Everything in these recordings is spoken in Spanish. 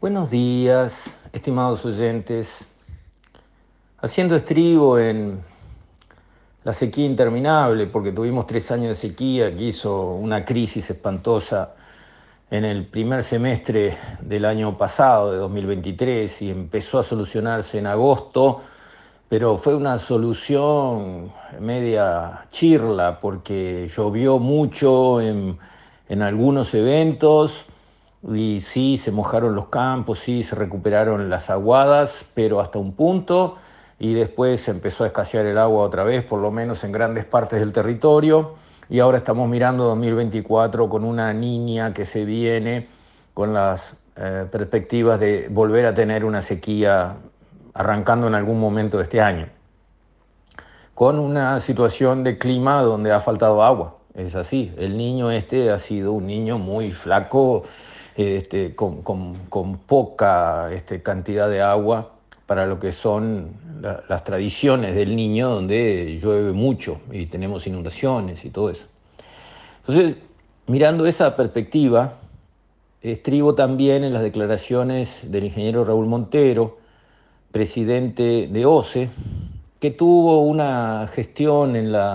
Buenos días, estimados oyentes. Haciendo estribo en la sequía interminable, porque tuvimos 3 años de sequía que hizo una crisis espantosa en el primer semestre del año pasado, de 2023, y empezó a solucionarse en agosto, pero fue una solución media chirla, porque llovió mucho en algunos eventos. Y sí, se mojaron los campos, sí, se recuperaron las aguadas, pero hasta un punto, y después se empezó a escasear el agua otra vez, por lo menos en grandes partes del territorio, y ahora estamos mirando 2024 con una niña que se viene, con las perspectivas de volver a tener una sequía arrancando en algún momento de este año, con una situación de clima donde ha faltado agua. Es así, el niño este ha sido un niño muy flaco, con poca cantidad de agua para lo que son las tradiciones del niño, donde llueve mucho y tenemos inundaciones y todo eso. Entonces, mirando esa perspectiva, estribo también en las declaraciones del ingeniero Raúl Montero, presidente de OCE, que tuvo una gestión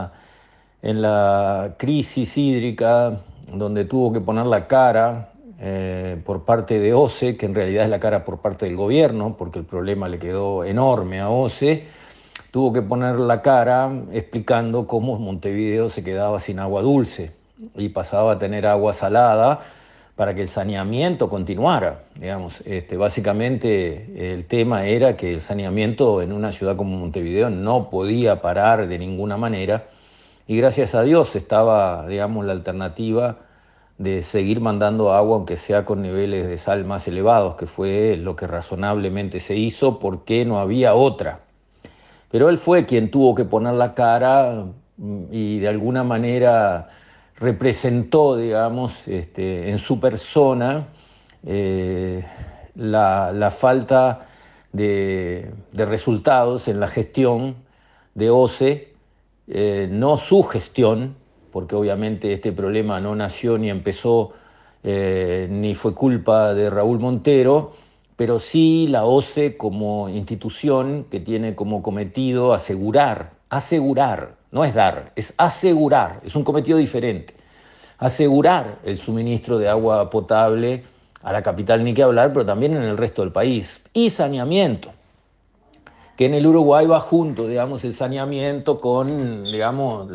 en la crisis hídrica, donde tuvo que poner la cara por parte de OCE, que en realidad es la cara por parte del gobierno, porque el problema le quedó enorme a OCE. Tuvo que poner la cara explicando cómo Montevideo se quedaba sin agua dulce y pasaba a tener agua salada para que el saneamiento continuara. Digamos, básicamente el tema era que el saneamiento en una ciudad como Montevideo no podía parar de ninguna manera, y gracias a Dios estaba, digamos, la alternativa de seguir mandando agua, aunque sea con niveles de sal más elevados, que fue lo que razonablemente se hizo porque no había otra. Pero él fue quien tuvo que poner la cara, y de alguna manera representó, digamos, en su persona, eh, la falta de resultados en la gestión de OCE, no su gestión, porque obviamente este problema no nació ni empezó, ni fue culpa de Raúl Montero, pero sí la OCE como institución que tiene como cometido asegurar, no es dar, es asegurar, es un cometido diferente, asegurar el suministro de agua potable a la capital, ni que hablar, pero también en el resto del país, y saneamiento, que en el Uruguay va junto, digamos, el saneamiento con, digamos,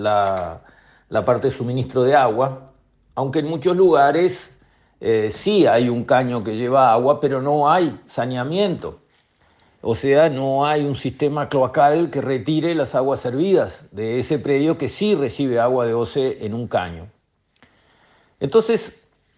la parte de suministro de agua, aunque en muchos lugares sí hay un caño que lleva agua, pero no hay saneamiento. O sea, no hay un sistema cloacal que retire las aguas servidas de ese predio que sí recibe agua de OCE en un caño. Entonces,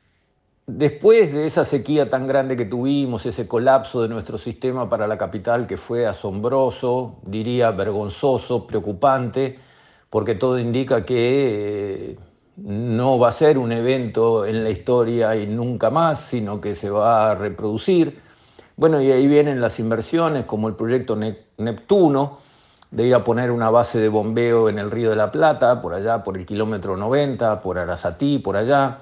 después de esa sequía tan grande que tuvimos, ese colapso de nuestro sistema para la capital que fue asombroso, diría vergonzoso, preocupante, porque todo indica que no va a ser un evento en la historia y nunca más, sino que se va a reproducir. Bueno, y ahí vienen las inversiones como el proyecto Neptuno, de ir a poner una base de bombeo en el Río de la Plata, por allá, por el kilómetro 90, por Arasatí, por allá,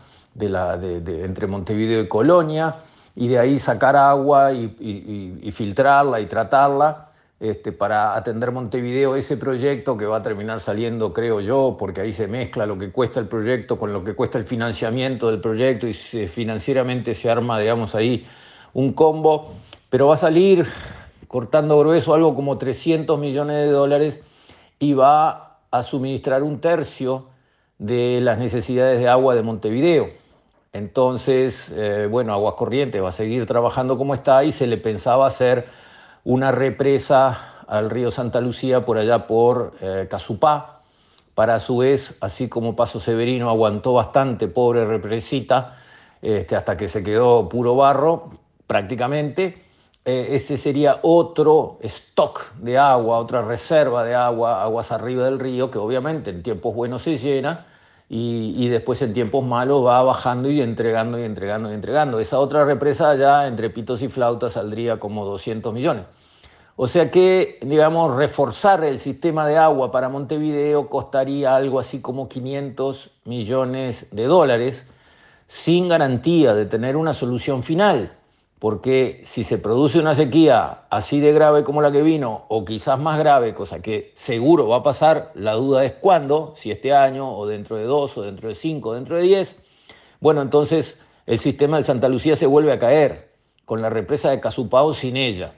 entre Montevideo y Colonia, y de ahí sacar agua y filtrarla y tratarla, para atender Montevideo, ese proyecto que va a terminar saliendo, creo yo, porque ahí se mezcla lo que cuesta el proyecto con lo que cuesta el financiamiento del proyecto, y financieramente se arma, digamos, ahí un combo, pero va a salir, cortando grueso, algo como 300 millones de dólares, y va a suministrar un tercio de las necesidades de agua de Montevideo. Entonces, bueno, Aguas Corrientes va a seguir trabajando como está, y se le pensaba hacer una represa al río Santa Lucía por allá por Casupá, para a su vez, así como Paso Severino aguantó bastante, pobre represita, hasta que se quedó puro barro prácticamente. Ese sería otro stock de agua, otra reserva de agua, aguas arriba del río, que obviamente en tiempos buenos se llena, y después en tiempos malos va bajando y entregando y entregando y entregando. Esa otra represa allá, entre pitos y flautas, saldría como 200 millones. O sea que, digamos, reforzar el sistema de agua para Montevideo costaría algo así como 500 millones de dólares, sin garantía de tener una solución final, porque si se produce una sequía así de grave como la que vino, o quizás más grave, cosa que seguro va a pasar, la duda es cuándo, si este año, o dentro de 2, o dentro de 5, o dentro de 10, bueno, entonces el sistema de Santa Lucía se vuelve a caer, con la represa de Casupao sin ella.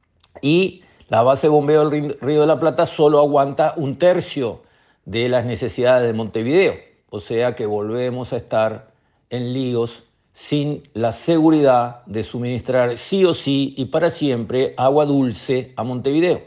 Y la base de bombeo del Río de la Plata solo aguanta un tercio de las necesidades de Montevideo. O sea que volvemos a estar en líos sin la seguridad de suministrar sí o sí y para siempre agua dulce a Montevideo.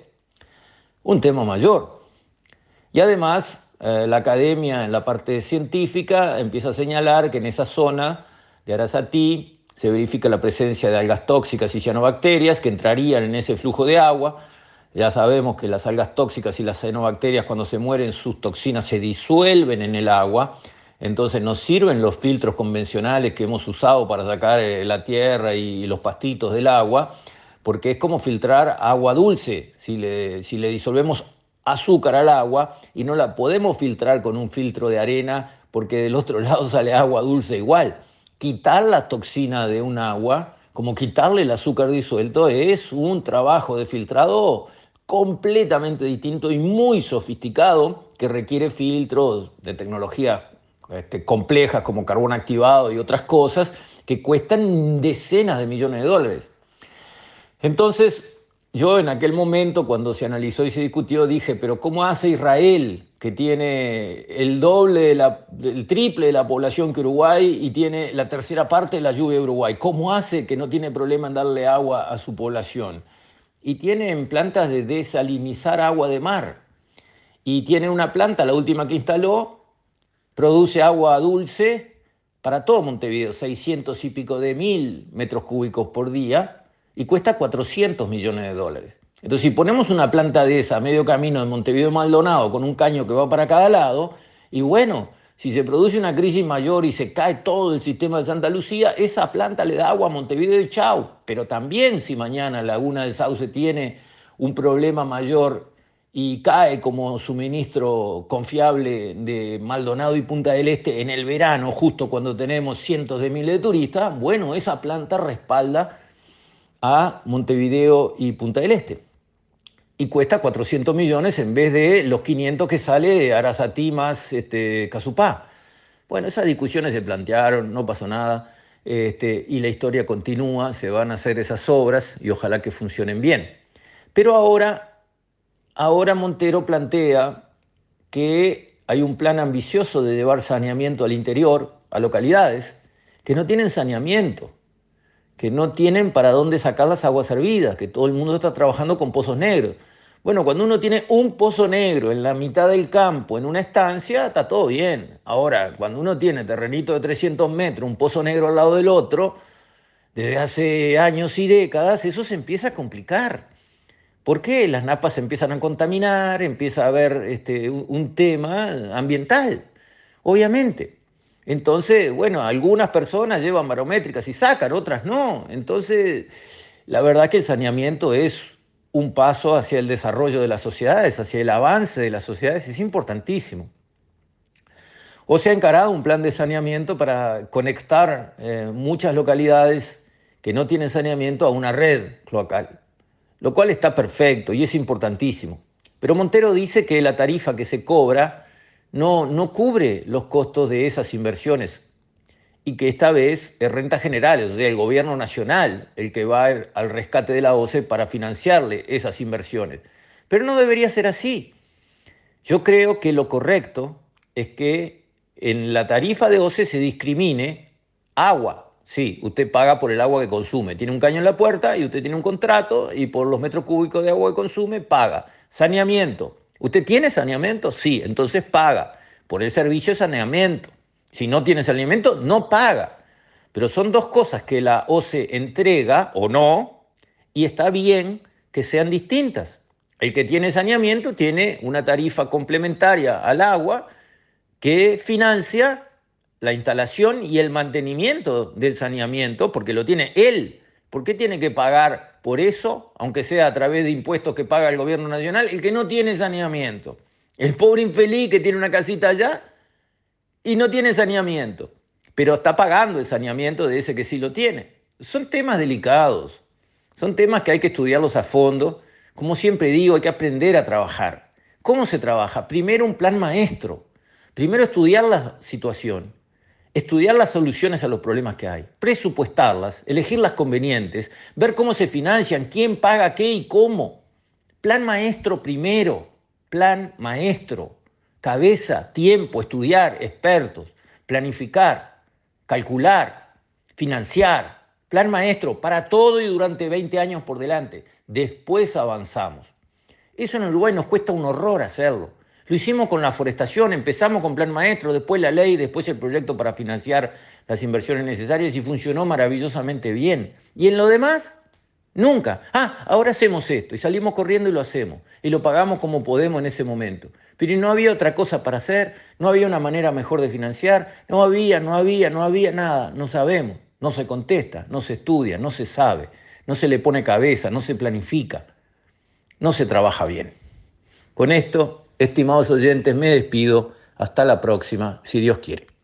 Un tema mayor. Y además, la academia en la parte científica empieza a señalar que en esa zona de Arasatí se verifica la presencia de algas tóxicas y cianobacterias que entrarían en ese flujo de agua. Ya sabemos que las algas tóxicas y las cianobacterias, cuando se mueren, sus toxinas se disuelven en el agua. Entonces nos sirven los filtros convencionales que hemos usado para sacar la tierra y los pastitos del agua, porque es como filtrar agua dulce. Si le disolvemos azúcar al agua y no la podemos filtrar con un filtro de arena porque del otro lado sale agua dulce igual. Quitar la toxina de un agua, como quitarle el azúcar disuelto, es un trabajo de filtrado completamente distinto y muy sofisticado que requiere filtros de tecnología complejas como carbón activado y otras cosas que cuestan decenas de millones de dólares. Entonces, yo en aquel momento, cuando se analizó y se discutió, dije, pero ¿cómo hace Israel, que tiene el doble, el triple de la población que Uruguay y tiene la tercera parte de la lluvia de Uruguay? ¿Cómo hace que no tiene problema en darle agua a su población? Y tienen plantas de desalinizar agua de mar. Y tiene una planta, la última que instaló, produce agua dulce para todo Montevideo, 600 y pico de mil metros cúbicos por día, y cuesta 400 millones de dólares. Entonces, si ponemos una planta de esa a medio camino de Montevideo Maldonado, con un caño que va para cada lado, y bueno, si se produce una crisis mayor y se cae todo el sistema de Santa Lucía, esa planta le da agua a Montevideo y chau. Pero también si mañana Laguna del Sauce tiene un problema mayor y cae como suministro confiable de Maldonado y Punta del Este en el verano, justo cuando tenemos cientos de miles de turistas, bueno, esa planta respalda a Montevideo y Punta del Este. Y cuesta 400 millones en vez de los 500 que sale de Arasatí más Casupá. Bueno, esas discusiones se plantearon, no pasó nada, y la historia continúa, se van a hacer esas obras y ojalá que funcionen bien. Pero ahora Montero plantea que hay un plan ambicioso de llevar saneamiento al interior, a localidades que no tienen saneamiento, que no tienen para dónde sacar las aguas hervidas, que todo el mundo está trabajando con pozos negros. Bueno, cuando uno tiene un pozo negro en la mitad del campo, en una estancia, está todo bien. Ahora, cuando uno tiene terrenito de 300 metros, un pozo negro al lado del otro, desde hace años y décadas, eso se empieza a complicar. ¿Por qué? Las napas se empiezan a contaminar, empieza a haber un tema ambiental, obviamente. Entonces, bueno, algunas personas llevan barométricas y sacan, otras no. Entonces, la verdad que el saneamiento es un paso hacia el desarrollo de las sociedades, hacia el avance de las sociedades, es importantísimo. O se ha encarado un plan de saneamiento para conectar muchas localidades que no tienen saneamiento a una red cloacal, lo cual está perfecto y es importantísimo. Pero Montero dice que la tarifa que se cobra no cubre los costos de esas inversiones y que esta vez es Rentas Generales, o sea, el gobierno nacional el que va al rescate de la OCE para financiarle esas inversiones. Pero no debería ser así. Yo creo que lo correcto es que en la tarifa de OCE se discrimine agua. Sí, usted paga por el agua que consume. Tiene un caño en la puerta y usted tiene un contrato y por los metros cúbicos de agua que consume paga. Saneamiento. ¿Usted tiene saneamiento? Sí, entonces paga por el servicio de saneamiento. Si no tiene saneamiento, no paga. Pero son dos cosas que la OCE entrega o no, y está bien que sean distintas. El que tiene saneamiento tiene una tarifa complementaria al agua que financia la instalación y el mantenimiento del saneamiento, porque lo tiene él. ¿Por qué tiene que pagar por eso, aunque sea a través de impuestos que paga el gobierno nacional, el que no tiene saneamiento? El pobre infeliz que tiene una casita allá y no tiene saneamiento, pero está pagando el saneamiento de ese que sí lo tiene. Son temas delicados, son temas que hay que estudiarlos a fondo. Como siempre digo, hay que aprender a trabajar. ¿Cómo se trabaja? Primero un plan maestro. Primero estudiar la situación, estudiar las soluciones a los problemas que hay, presupuestarlas, elegir las convenientes, ver cómo se financian, quién paga qué y cómo. Plan maestro primero, plan maestro. Cabeza, tiempo, estudiar, expertos, planificar, calcular, financiar. Plan maestro para todo y durante 20 años por delante. Después avanzamos. Eso en Uruguay nos cuesta un horror hacerlo. Lo hicimos con la forestación, empezamos con plan maestro, después la ley, después el proyecto para financiar las inversiones necesarias y funcionó maravillosamente bien. ¿Y en lo demás? Nunca. Ahora hacemos esto y salimos corriendo y lo hacemos y lo pagamos como podemos en ese momento. Pero no había otra cosa para hacer, no había una manera mejor de financiar, no había nada, no sabemos, no se contesta, no se estudia, no se sabe, no se le pone cabeza, no se planifica, no se trabaja bien. Con esto, estimados oyentes, me despido. Hasta la próxima, si Dios quiere.